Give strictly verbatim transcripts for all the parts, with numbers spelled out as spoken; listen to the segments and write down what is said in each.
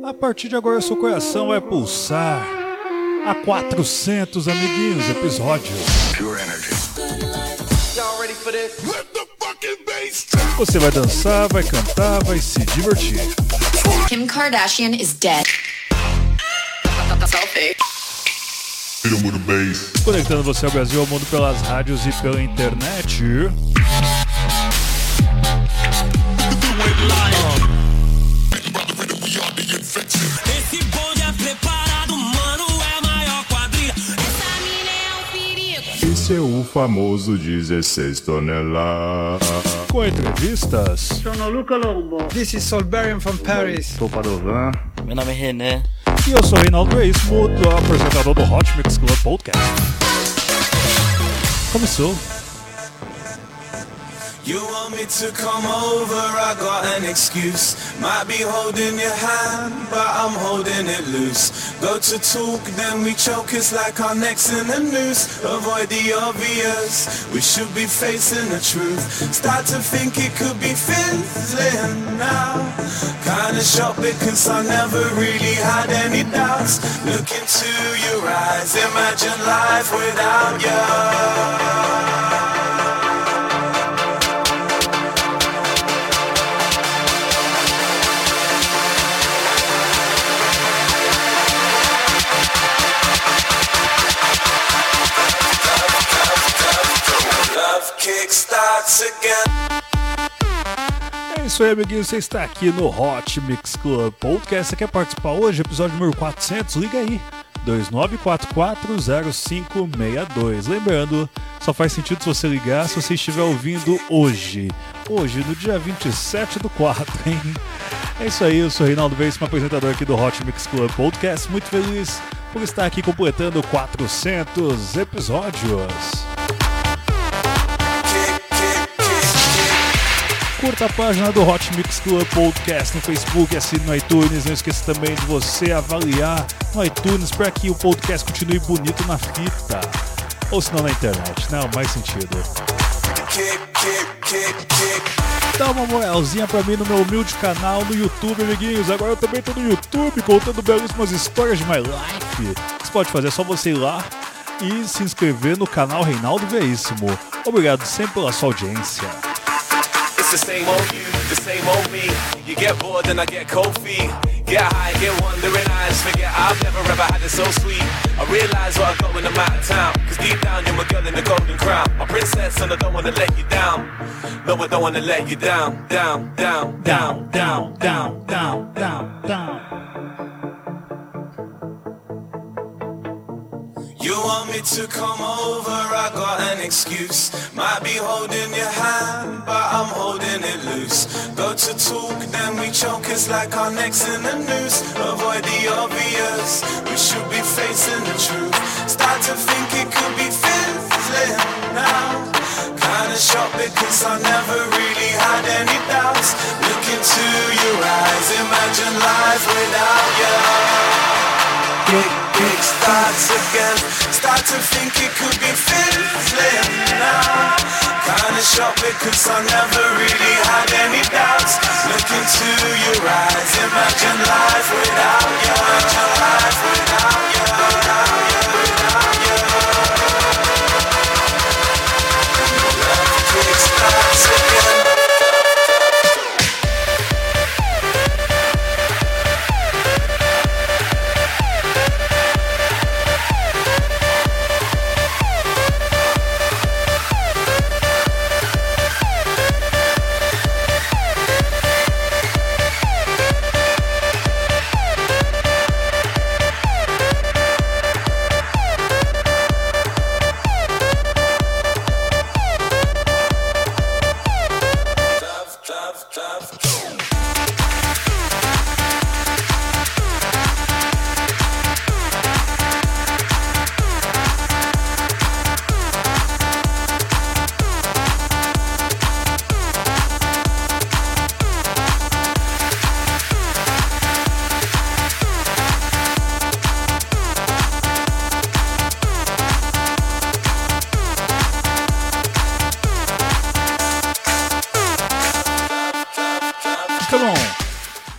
A partir de agora seu coração vai pulsar a quatrocentos, amiguinhos, episódios. Pure energy. Y'all ready for this? Let the fucking bass drop. Você vai dançar, vai cantar, vai se divertir. Kim Kardashian is dead. Selfie. Hit 'em with a bass. Conectando você ao Brasil, ao mundo pelas rádios e pela internet. Esse bonde é preparado, mano, é a maior quadrilha. Essa mina é um perigo. Esse é o famoso dezesseis toneladas. Com entrevistas, Sono Luca Lombo. This is Solberian from Paris. Sou Padovan. Meu nome é René. e eu sou Reinaldo Veríssimo, o apresentador do Hot Mix Club Podcast. Começou. You want me to come over, I got an excuse. Might be holding your hand, but I'm holding it loose. Go to talk, then we choke, it's like our necks in the noose. Avoid the obvious, we should be facing the truth. Start to think it could be fizzling now. Kinda shocked because I never really had any doubts. Look into your eyes, imagine life without you. É isso aí, amiguinho, você está aqui no Hot Mix Club Podcast. Você quer participar hoje? Episódio número quatrocentos? Liga aí, dois nove quatro quatro zero cinco seis dois. Lembrando, só faz sentido se você ligar se você estiver ouvindo hoje. Hoje, no dia vinte e sete do quatro, hein? É isso aí, eu sou Reinaldo Veríssimo, apresentador aqui do Hot Mix Club Podcast. Muito feliz por estar aqui completando quatrocentos episódios. Curta a página do Hot Mix Club Podcast no Facebook, assine no iTunes. Não esqueça também de você avaliar no iTunes para que o podcast continue bonito na fita. Ou se não na internet, não, mais sentido. Dá uma moralzinha pra mim no meu humilde canal no YouTube, amiguinhos. Agora eu também tô no YouTube contando belíssimas histórias de my life. O que você pode fazer é só você ir lá e se inscrever no canal Reinaldo Veríssimo. Obrigado sempre pela sua audiência. It's the same old you, the same old me. You get bored and I get cold feet. Get high, get wandering eyes. Forget I've never ever had it so sweet. I realise what I got when I'm out of town. Cause deep down you're my girl in the golden crown. My princess and I don't wanna let you down. No, I don't wanna let you down. Down, down, down, down, down, down, down, down. You want me to come over, I got an excuse. Might be holding your hand, but I'm holding it loose. Go to talk, then we choke, it's like our necks in the noose. Avoid the obvious, we should be facing the truth. Start to think it could be fizzling now. Kinda shocked because I never really had any doubts. Look into your eyes, imagine life without you. Kick, kick starts again. Start to think it could be fizzling now. Kinda shocked because I never really had any doubts. Look into your eyes, imagine life without you. Imagine life without you. Without you, without you. Love kick starts again.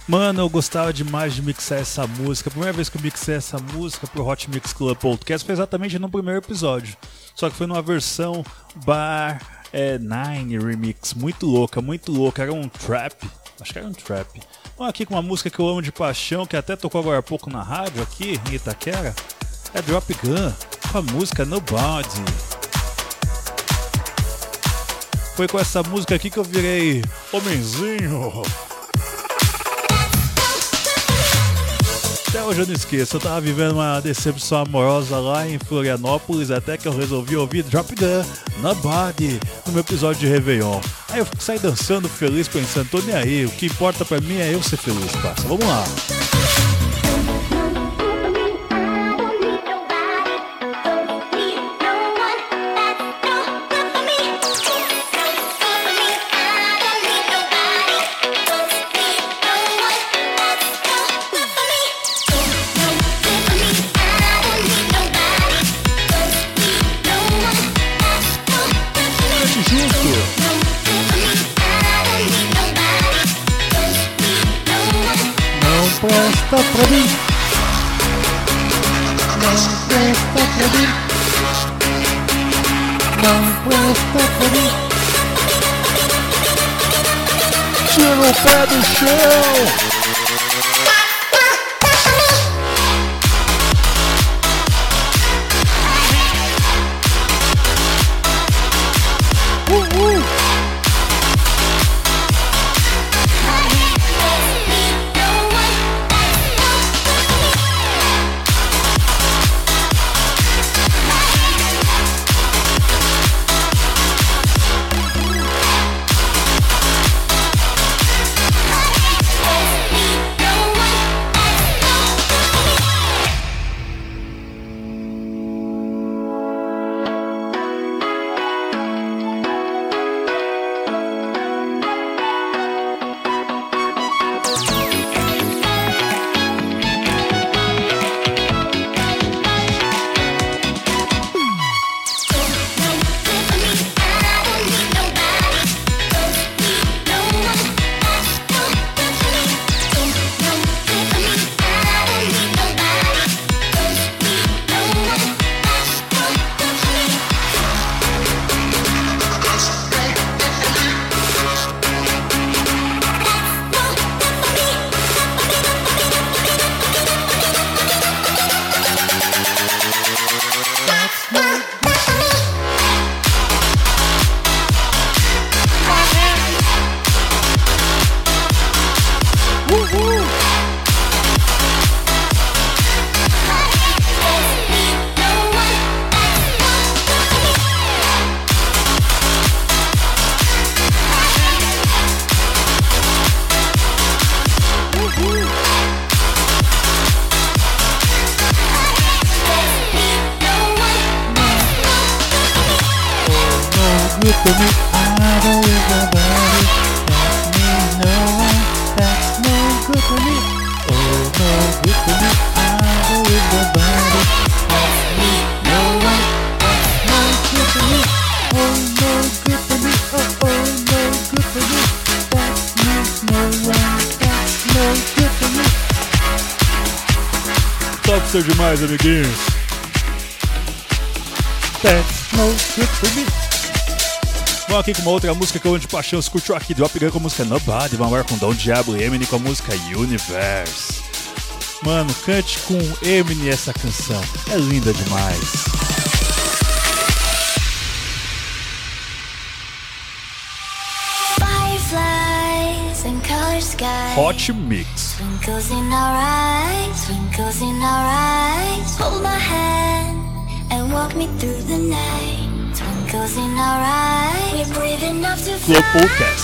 Mano, eu gostava demais de mixar essa música. A primeira vez que eu mixei essa música pro Hot Mix Club Podcast foi exatamente no primeiro episódio. Só que foi numa versão Bar é, nove Remix. Muito louca, muito louca. Era um trap. Acho que era um trap. Vamos aqui com uma música que eu amo de paixão, que até tocou agora há pouco na rádio aqui em Itaquera. É Drop Gun, com a música Nobody. Foi com essa música aqui que eu virei homenzinho. Até hoje eu não esqueço, eu tava vivendo uma decepção amorosa lá em Florianópolis, até que eu resolvi ouvir Drop Gun, Nobody, no meu episódio de Réveillon. Aí eu saí dançando feliz, pensando, tô nem aí, o que importa pra mim é eu ser feliz, parça. Vamos lá. Presta pra mim, não presta pra mim, não presta pra mim. Tira o pé do chão. Top demais, amiguinhos. That's no good for me. Vamos aqui com uma outra música que eu amo de paixão. Você curtiu aqui Drop Gun com a música Nobody. Vamos agora com Don Diablo e Eminem com a música Universe. Mano, cante com Eminem essa canção. É linda demais. Hot Mix. Twinkles in our eyes, twinkles in our eyes. Hold my hand and walk me through the night. Twinkles in our eyes, we're brave enough to fly. Club Podcast.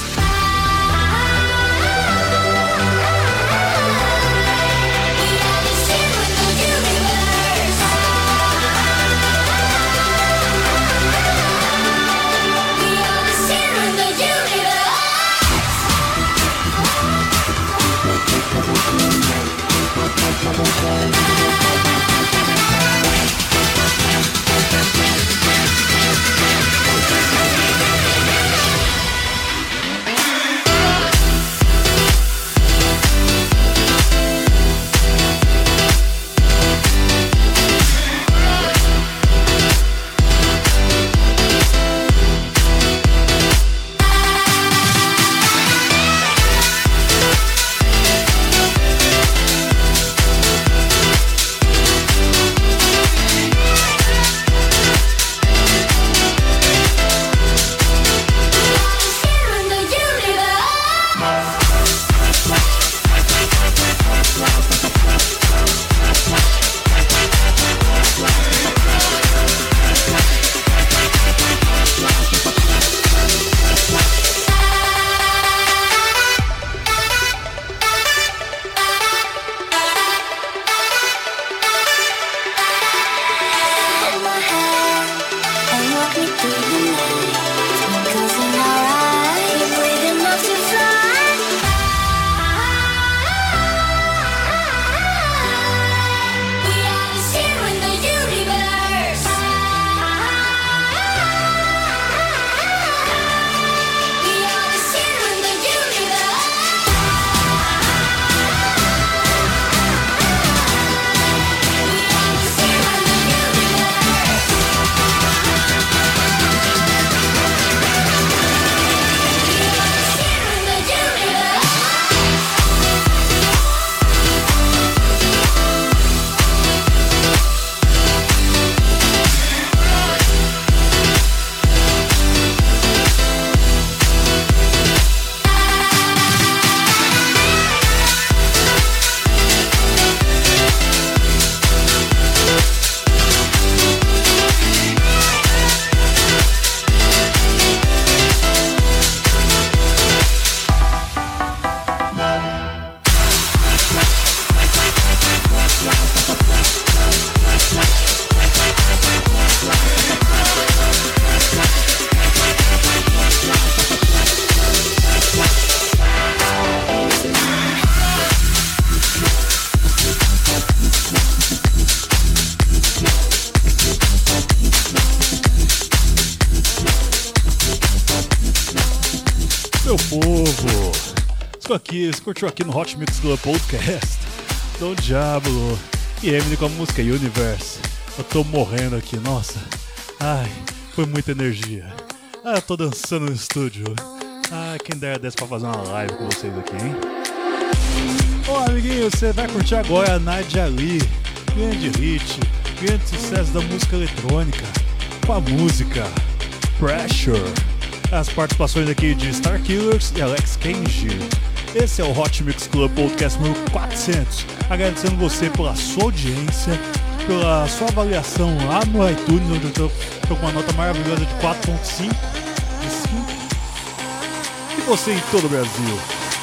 meu povo! Estou aqui, você curtiu aqui no Hot Mix Club Podcast Don Diablo e Eminem com a música Universe. Eu tô morrendo aqui, nossa. Ai, foi muita energia. Ah, eu tô dançando no estúdio. Ah, quem dera desse pra fazer uma live com vocês aqui, hein? Ô amiguinho, você vai curtir agora a Nadia Ali, grande hit, grande sucesso da música eletrônica, com a música Pressure. As participações aqui de Starkillers e Alex Kenji. Esse é o Hot Mix Club Podcast número quatrocentos. Agradecendo você pela sua audiência, pela sua avaliação lá no iTunes, onde eu tô, tô com uma nota maravilhosa de quatro ponto cinco de cinco. E você em todo o Brasil.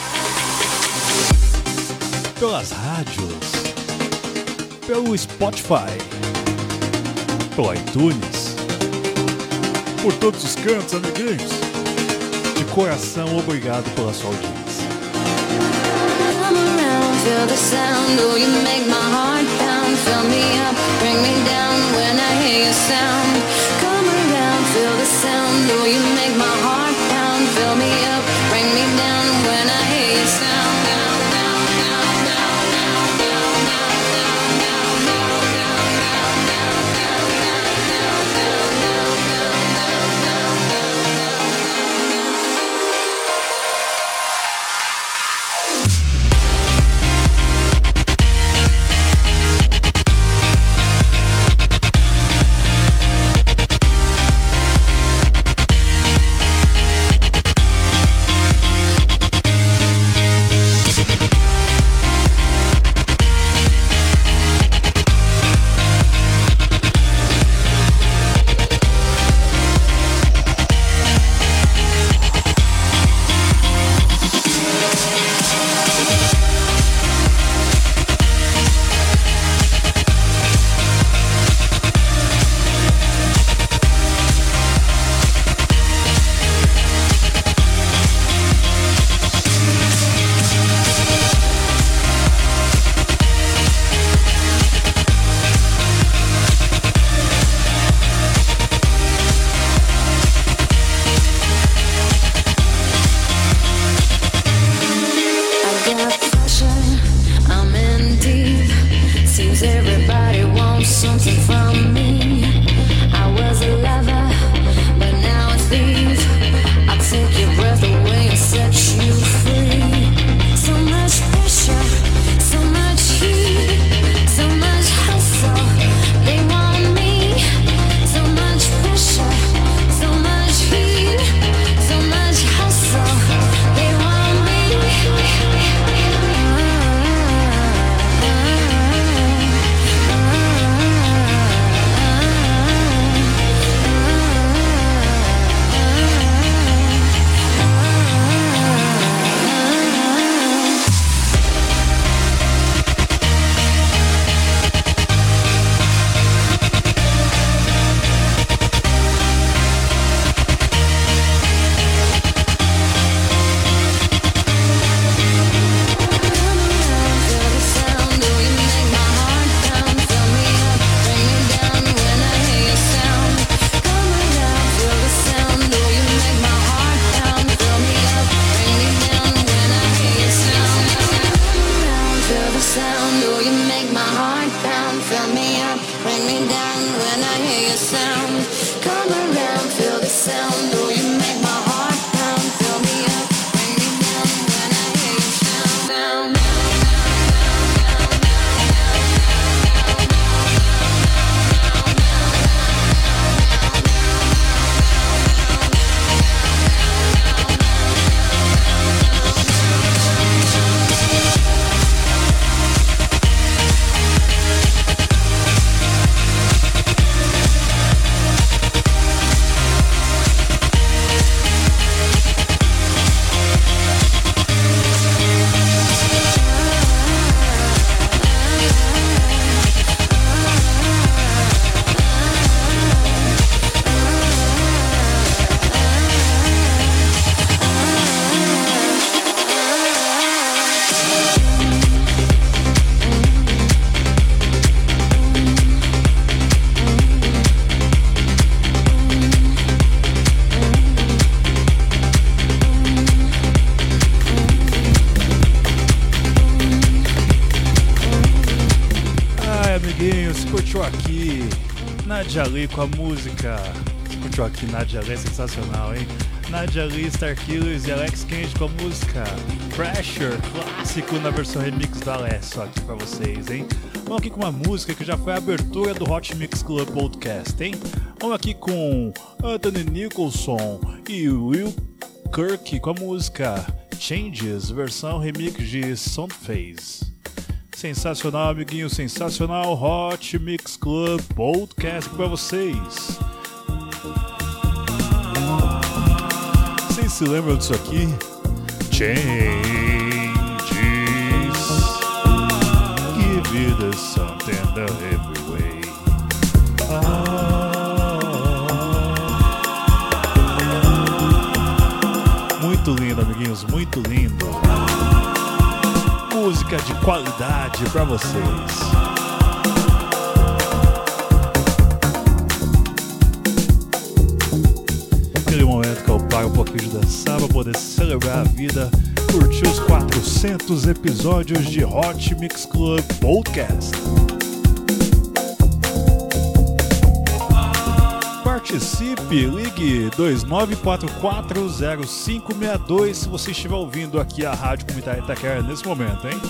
Pelas rádios, pelo Spotify, pelo iTunes, por todos os cantos, amiguinhos. De coração, obrigado pela sua audiência. Come around, feel the sound, oh you make my heart pound. Fill me up, bring me down when I hear your sound. Come around, feel the sound, oh you make my heart pound. Fill me up, bring me down when I hear your sound. curtiu aqui Nadia Lee com a música. Você curtiu aqui Nadia Lee, é sensacional, hein? Nadia Lee, Starkillers e Alex Kennedy com a música Pressure, clássico na versão remix do Alesso aqui pra vocês, hein? Vamos aqui com uma música que já foi a abertura do Hot Mix Club Podcast, hein? Vamos aqui com Anthony Nicholson e Will Kirk com a música Changes, versão remix de Soundphase. Sensacional, amiguinho, sensacional. Hot Mix Club Podcast aqui pra vocês. Vocês se lembram disso aqui? Changes, give it a something the every way. Ah. Muito lindo, amiguinhos, muito lindo. Música de qualidade pra vocês. Aquele momento que eu paro um pouquinho de dançar pra poder celebrar a vida, curtir os quatrocentos episódios de Hot Mix Club Podcast. Participe, ligue dois nove quatro quatro zero cinco seis dois se você estiver ouvindo aqui a Rádio Comunitária Itaquera nesse momento, hein?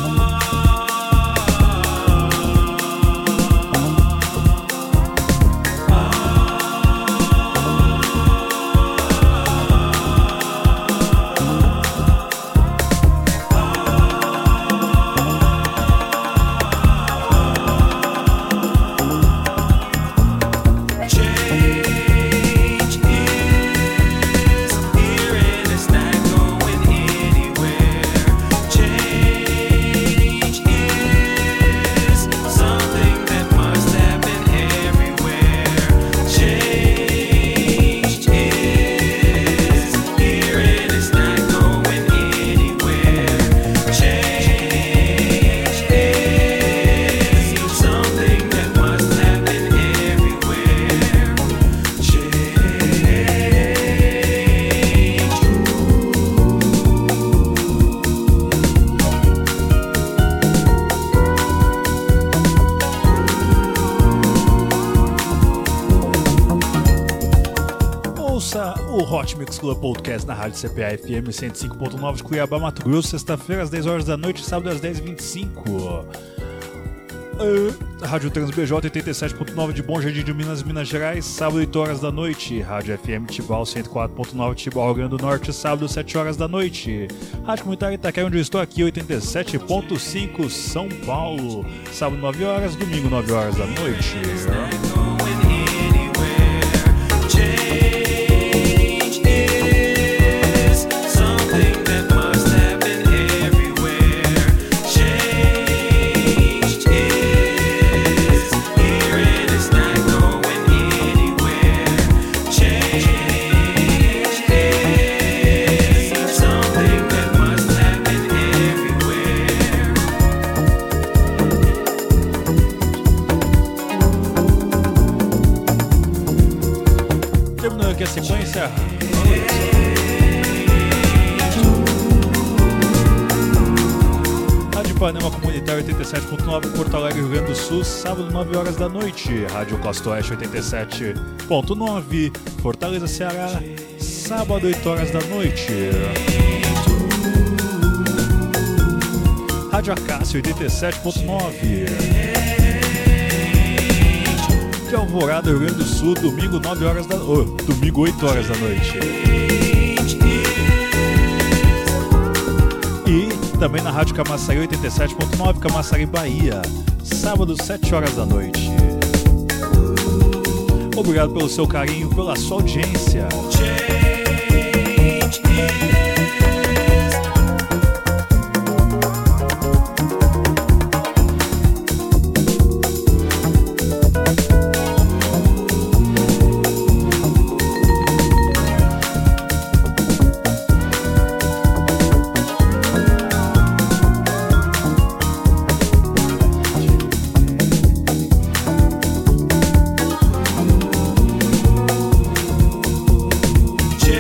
Hot Mix Club Podcast na Rádio C P A F M cento e cinco ponto nove de Cuiabá, Mato Grosso, sexta-feira às dez horas da noite, sábado às dez e vinte e cinco. Uh, Rádio Trans B J oitenta e sete ponto nove de Bom Jardim de Minas, Minas Gerais, sábado oito horas da noite. Rádio F M Tibau cento e quatro ponto nove Tibau, Rio Grande do Norte, sábado sete horas da noite. Rádio Comunitária Itaquera, onde eu estou aqui, oitenta e sete ponto cinco São Paulo, sábado nove horas, domingo nove horas da noite. Aqui a sequência. Rádio Panema Comunitário oitenta e sete ponto nove Porto Alegre, Rio Grande do Sul, sábado nove horas da noite. Rádio Costa Oeste oitenta e sete ponto nove Fortaleza, Ceará, sábado oito horas da noite. Rádio Acácio oitenta e sete ponto nove de Alvorada, Rio Grande do Sul, domingo nove horas da oh, domingo oito horas da noite. E também na Rádio Camaçari oitenta e sete ponto nove Camaçari, Bahia, sábado sete horas da noite. Obrigado pelo seu carinho, pela sua audiência. Change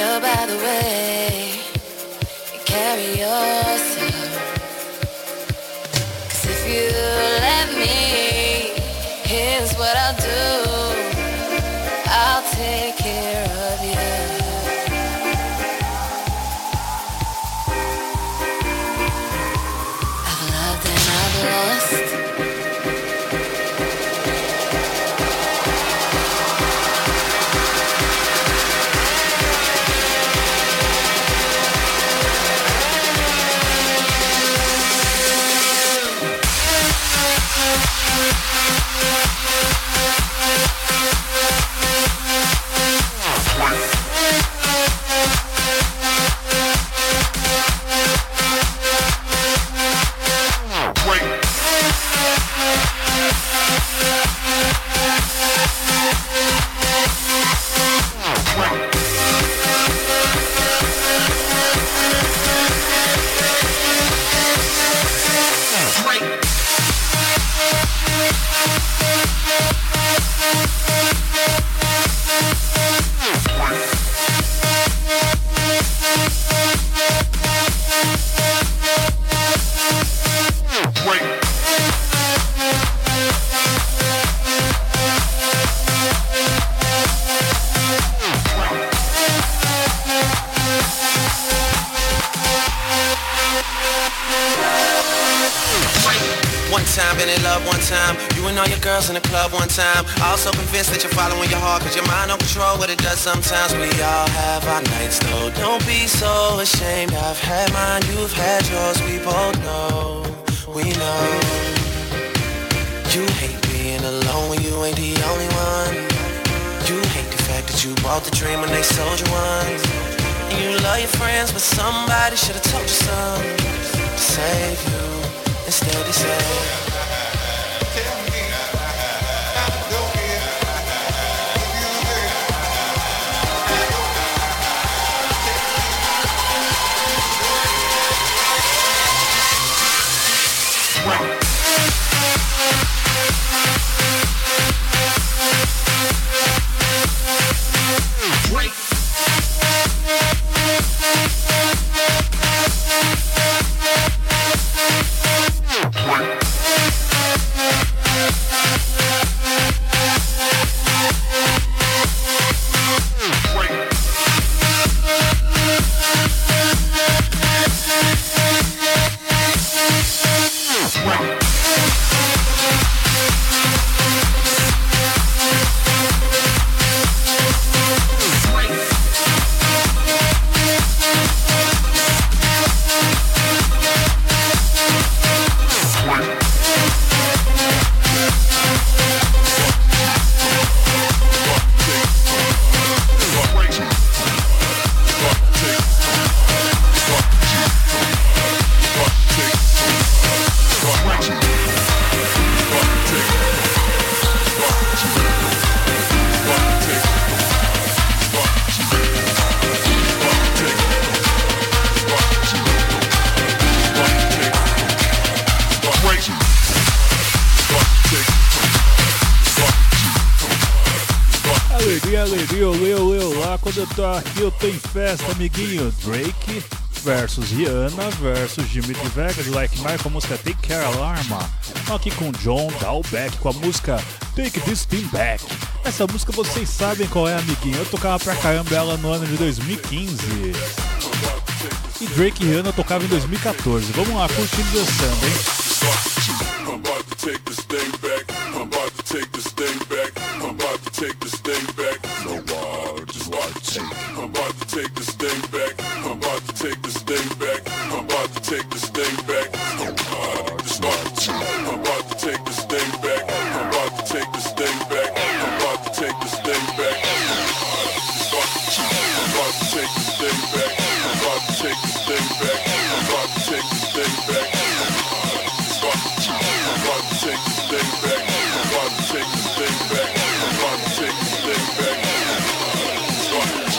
So by the way, you carry yourself. 'Cause if you let me, here's what I'll do. I'll take care of you. I've loved and I've lost. In the club one time, also convinced that you're following your heart, cause your mind don't control what it does sometimes. We all have our nights though, don't be so ashamed. I've had mine, you've had yours, we both know, we know. You hate being alone when you ain't the only one. You hate the fact that you bought the dream when they sold you one. And you love your friends, but somebody should've told you something to save you. Instead they say, quando eu tô aqui, eu tô em festa, amiguinho. Drake versus Rihanna versus Jimmy de Vegas, Like Mike com a música Take Care Alarma. Aqui com John Dalbeck com a música Take This Thing Back. Essa música vocês sabem qual é, amiguinho. Eu tocava pra caramba ela no ano de dois mil e quinze. E Drake e Rihanna tocavam em dois mil e quatorze. Vamos lá, curtindo e dançando, hein? I'm about to take this thing back. I'm about to take this thing back. I'm about to take this thing back. No, I just want to take. I'm about to take this thing back. I'm about to take this thing back. I'm about to take this thing back. No, I just want to take. I'm about to take this thing back. I'm about to take this thing back. I'm about to take this thing back. I'm about to take this thing back. I'm about to take this thing back. I'm about to take this thing back.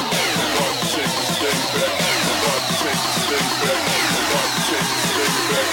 Take this thing back.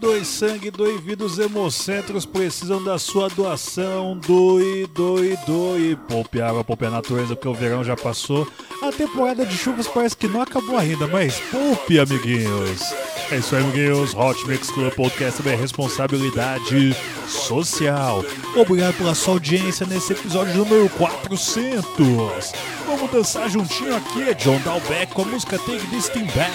doe sangue, doe vida, os hemocentros precisam da sua doação. Doe, doe, doe. Poupe água, poupe a natureza, porque o verão já passou. A temporada de chuvas parece que não acabou ainda, mas poupe, amiguinhos. É isso aí, amiguinhos. Hot Mix Club Podcast é responsabilidade social. Obrigado pela sua audiência nesse episódio número quatrocentos. Vamos dançar juntinho aqui, é John Dalbeck com a música Take This Thing Back.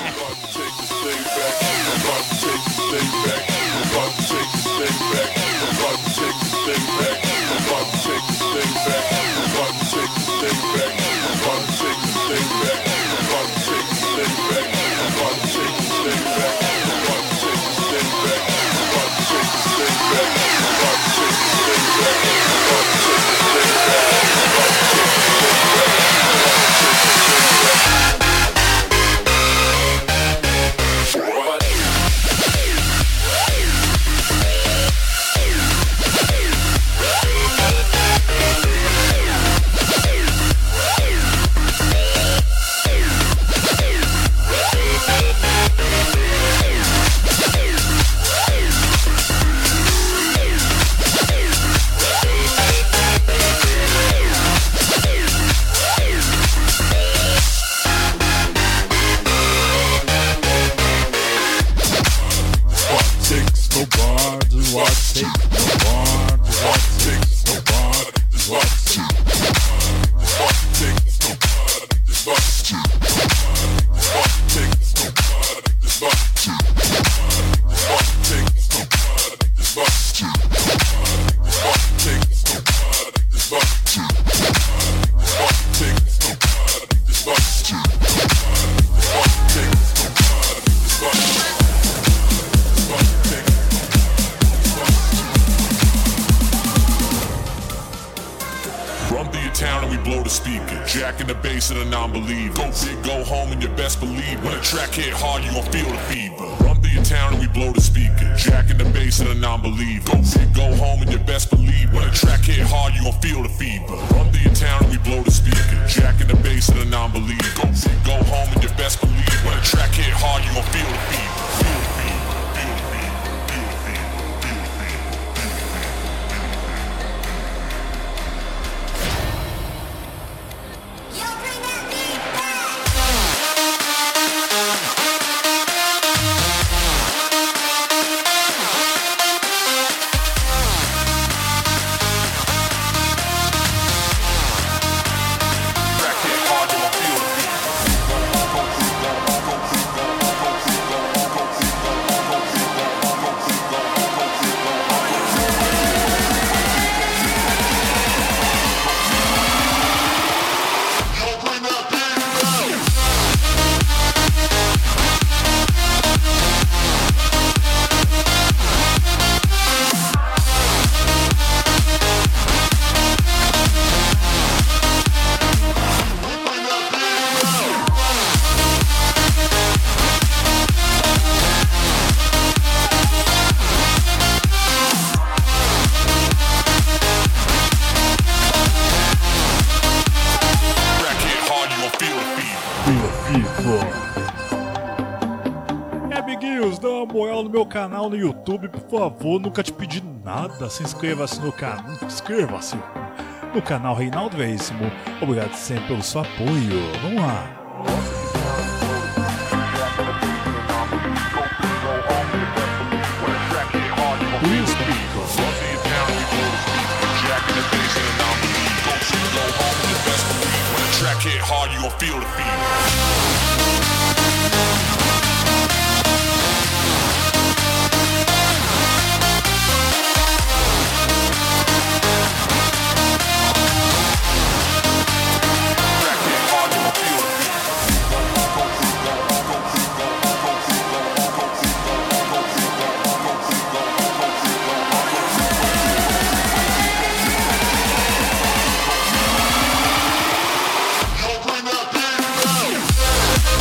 Jack in the bass of the non-believer. Go big, go home, and you best believe when a track hit hard, you gon' feel the fever. Run through your town and we blow the speaker. Jack in the bass of the non-believer. Go big, go home, and you best believe when a track hit hard, you gon' feel the fever. Run through your town and we blow the speaker. Jack in the bass of the non-believer. Go big, go home, and you best believe when a track hit hard, you gon' feel the fever. Feel the fever. Moral no meu canal no YouTube, por favor, nunca te pedi nada. Se inscreva-se no canal, inscreva-se no canal Reinaldo Veríssimo. Obrigado sempre pelo seu apoio. Vamos lá. Please, track hit hard, you gon' feel the fever. Bring that beat back.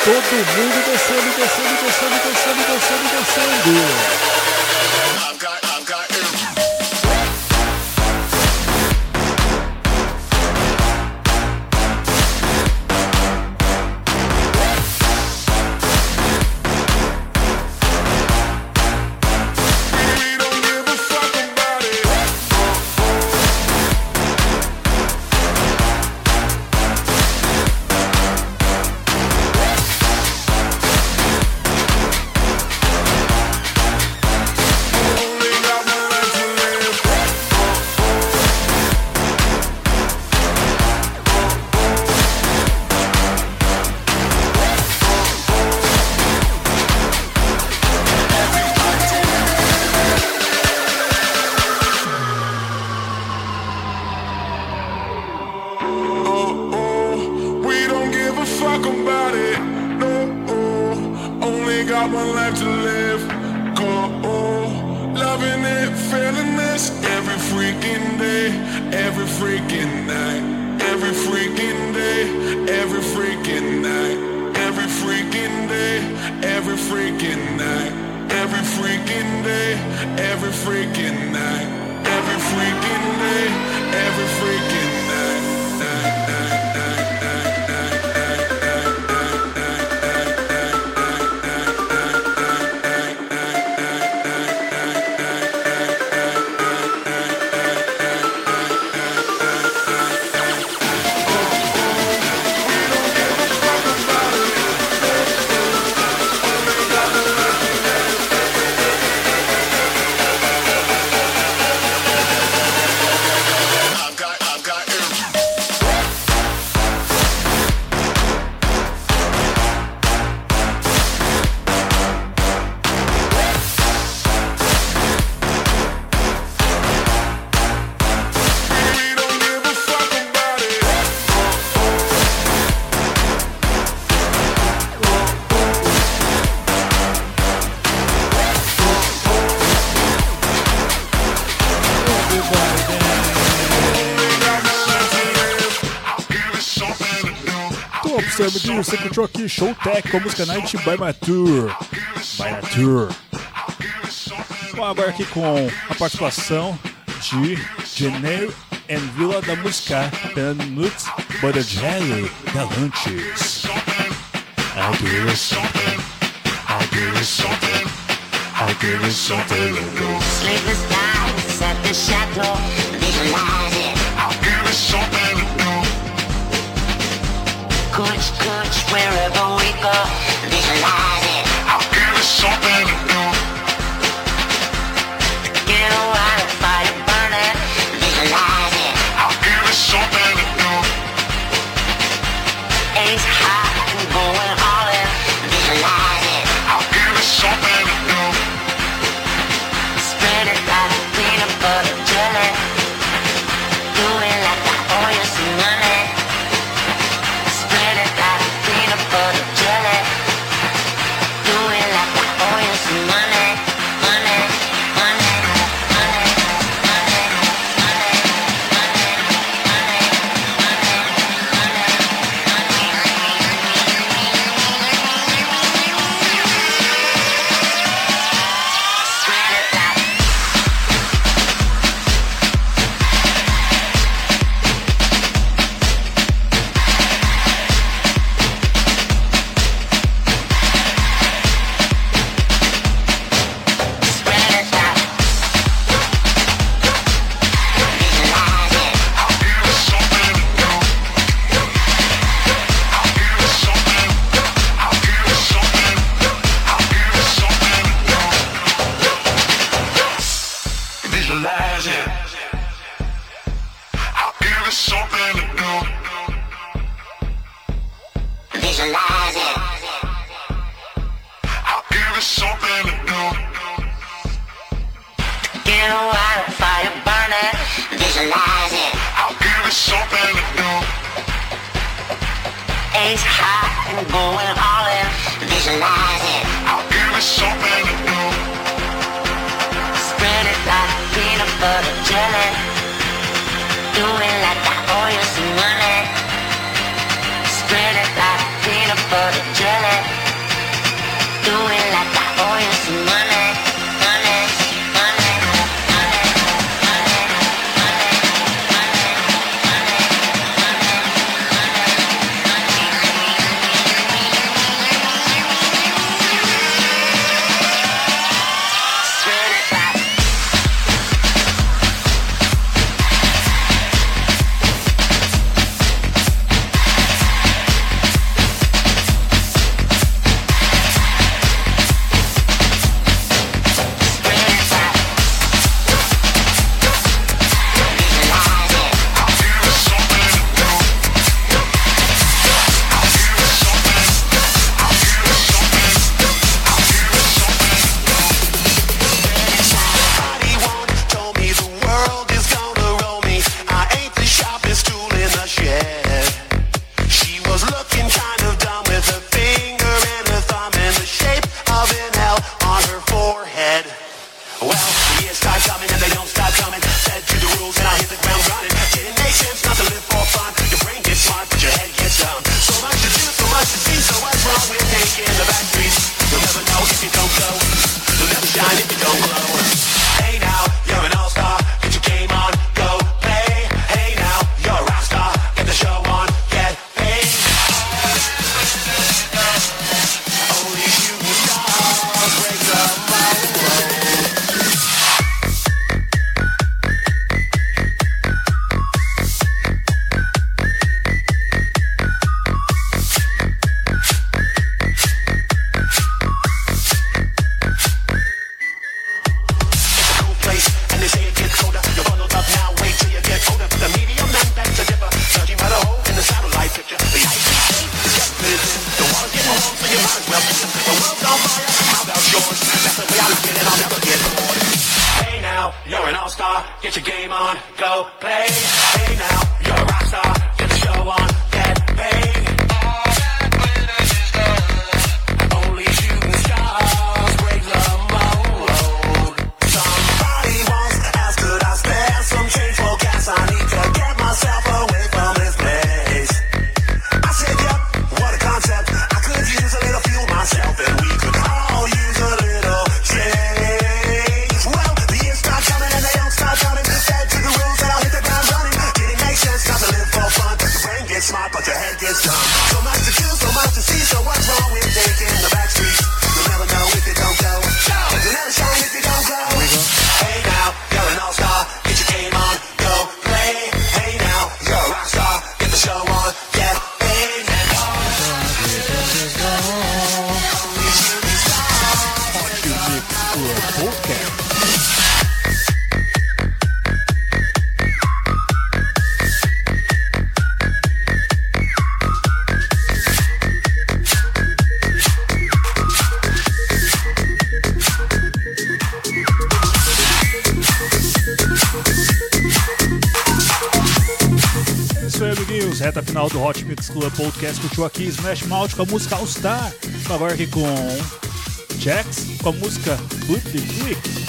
todo mundo descendo, descendo, descendo, descendo, descendo, descendo. Você curtiu aqui Showtech com a música Night by Mature. By Mature. Vamos agora aqui com a participação de Janelle and Villa da música Peanuts by the Jelly Galantes. I give you something, I give you something, I give you something. Sleepless nights at the shadow, visualize it. I'll give you something to do. Kuch, kuch, wherever we go, visualize it. I'll give you something to do. Get a wild fire burning, visualize it. I'll give you something to do. Ace high and going all in, visualize it. I'll give you something to do. Spread it like a peanut butter jelly. Do it like I owe you some money. Butter jelly. Do it like I owe you some money, money, money, money, money, money, spread it out. Visualize it. I'll give you something to do. Get a wildfire burning. Visualize it. I'll give you something to do. Ace high and going all in. Visualize it. I'll give you something to do. Spread it like peanut butter jelly. Do it like I owe you some money. Spread it like peanut butter jelly. do it like I owe you some money, money, money, Reta final do Hot Mix Club Podcast. Curtiu aqui Smash Mouth com a música All Star. Agora aqui com Jax com a música Flip the Click.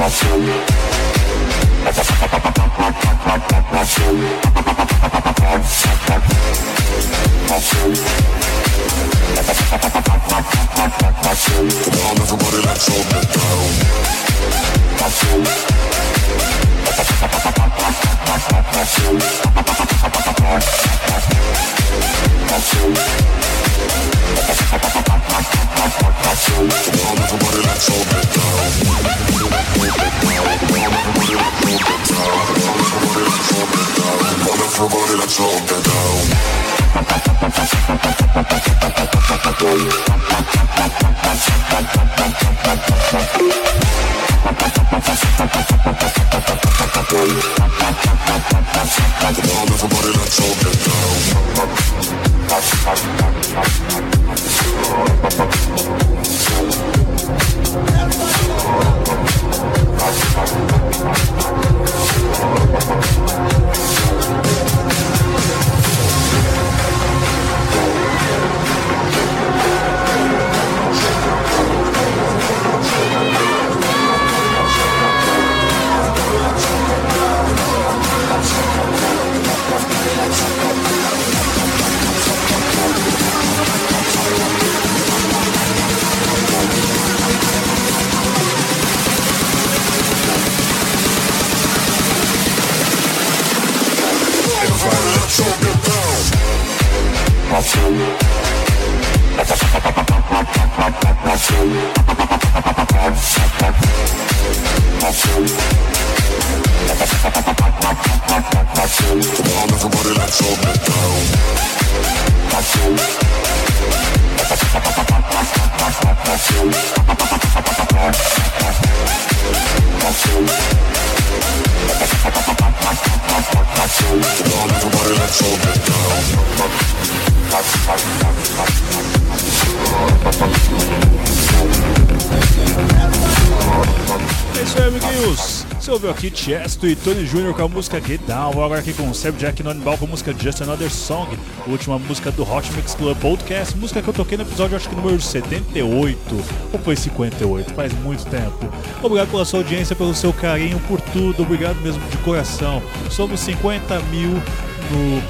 É isso aí, amiguinhos. Você ouviu aqui Chesto e Tony Júnior com a música Get Down. Vou agora aqui com o Seb Jack Nonibal com a música Just Another Song, a última música do Hot Mix Club Podcast, música que eu toquei no episódio, acho que número setenta e oito, ou foi cinquenta e oito, faz muito tempo. Obrigado pela sua audiência, pelo seu carinho, por tudo, obrigado mesmo de coração. Somos cinquenta mil no,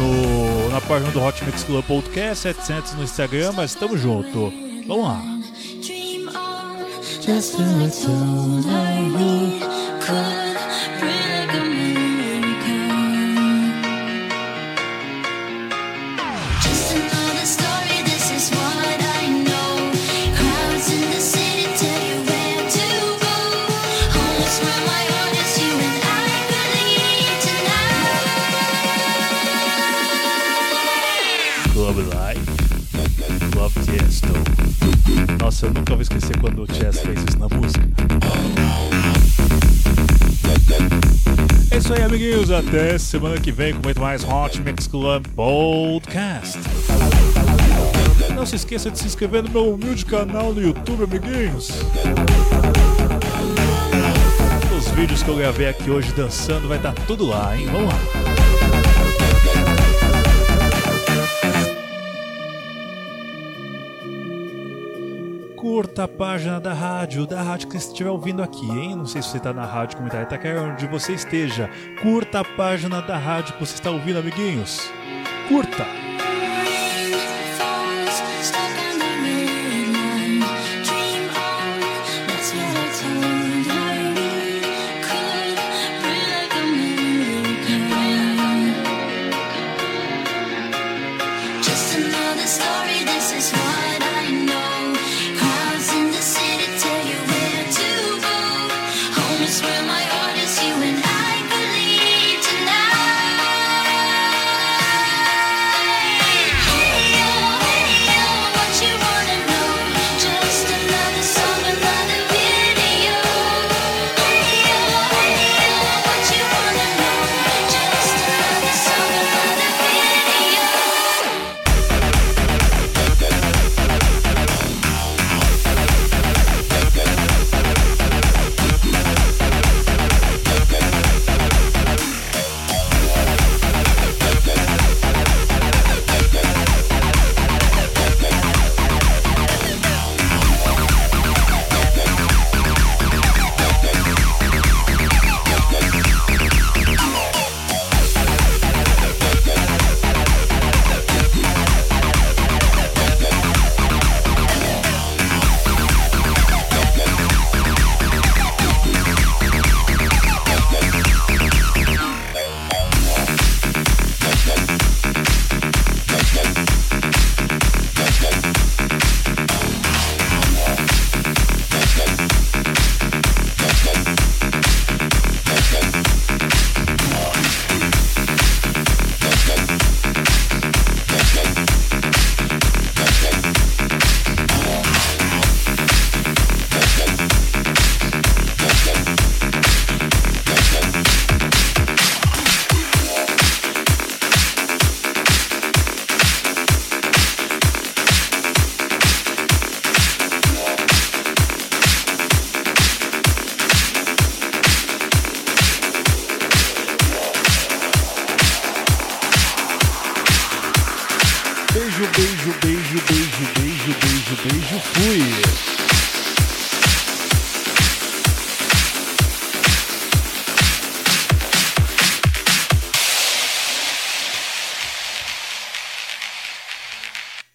no, na página do Hot Mix Club Podcast, setecentos no Instagram, mas estamos junto. Vamos lá. Just a little like we could break America. Just another story, this is what I know. Crowds in the city tell you where to go. Home is where my heart is, you and I could leave tonight. Club Life, Love Tiesto. Nossa, eu nunca vou esquecer quando o Chess fez isso na música. É isso aí, amiguinhos. Até semana que vem com muito mais Hot Mix Club Podcast. Não se esqueça de se inscrever no meu humilde canal no YouTube, amiguinhos. Os vídeos que eu gravei aqui hoje dançando vai estar tudo lá, hein? Vamos lá. Curta a página da rádio, da rádio que você estiver ouvindo aqui, hein? Não sei se você está na rádio comunitária Itaquera, onde você esteja. Curta a página da rádio que você está ouvindo, amiguinhos. Curta! beijo, beijo, beijo, beijo, beijo, beijo, beijo, fui.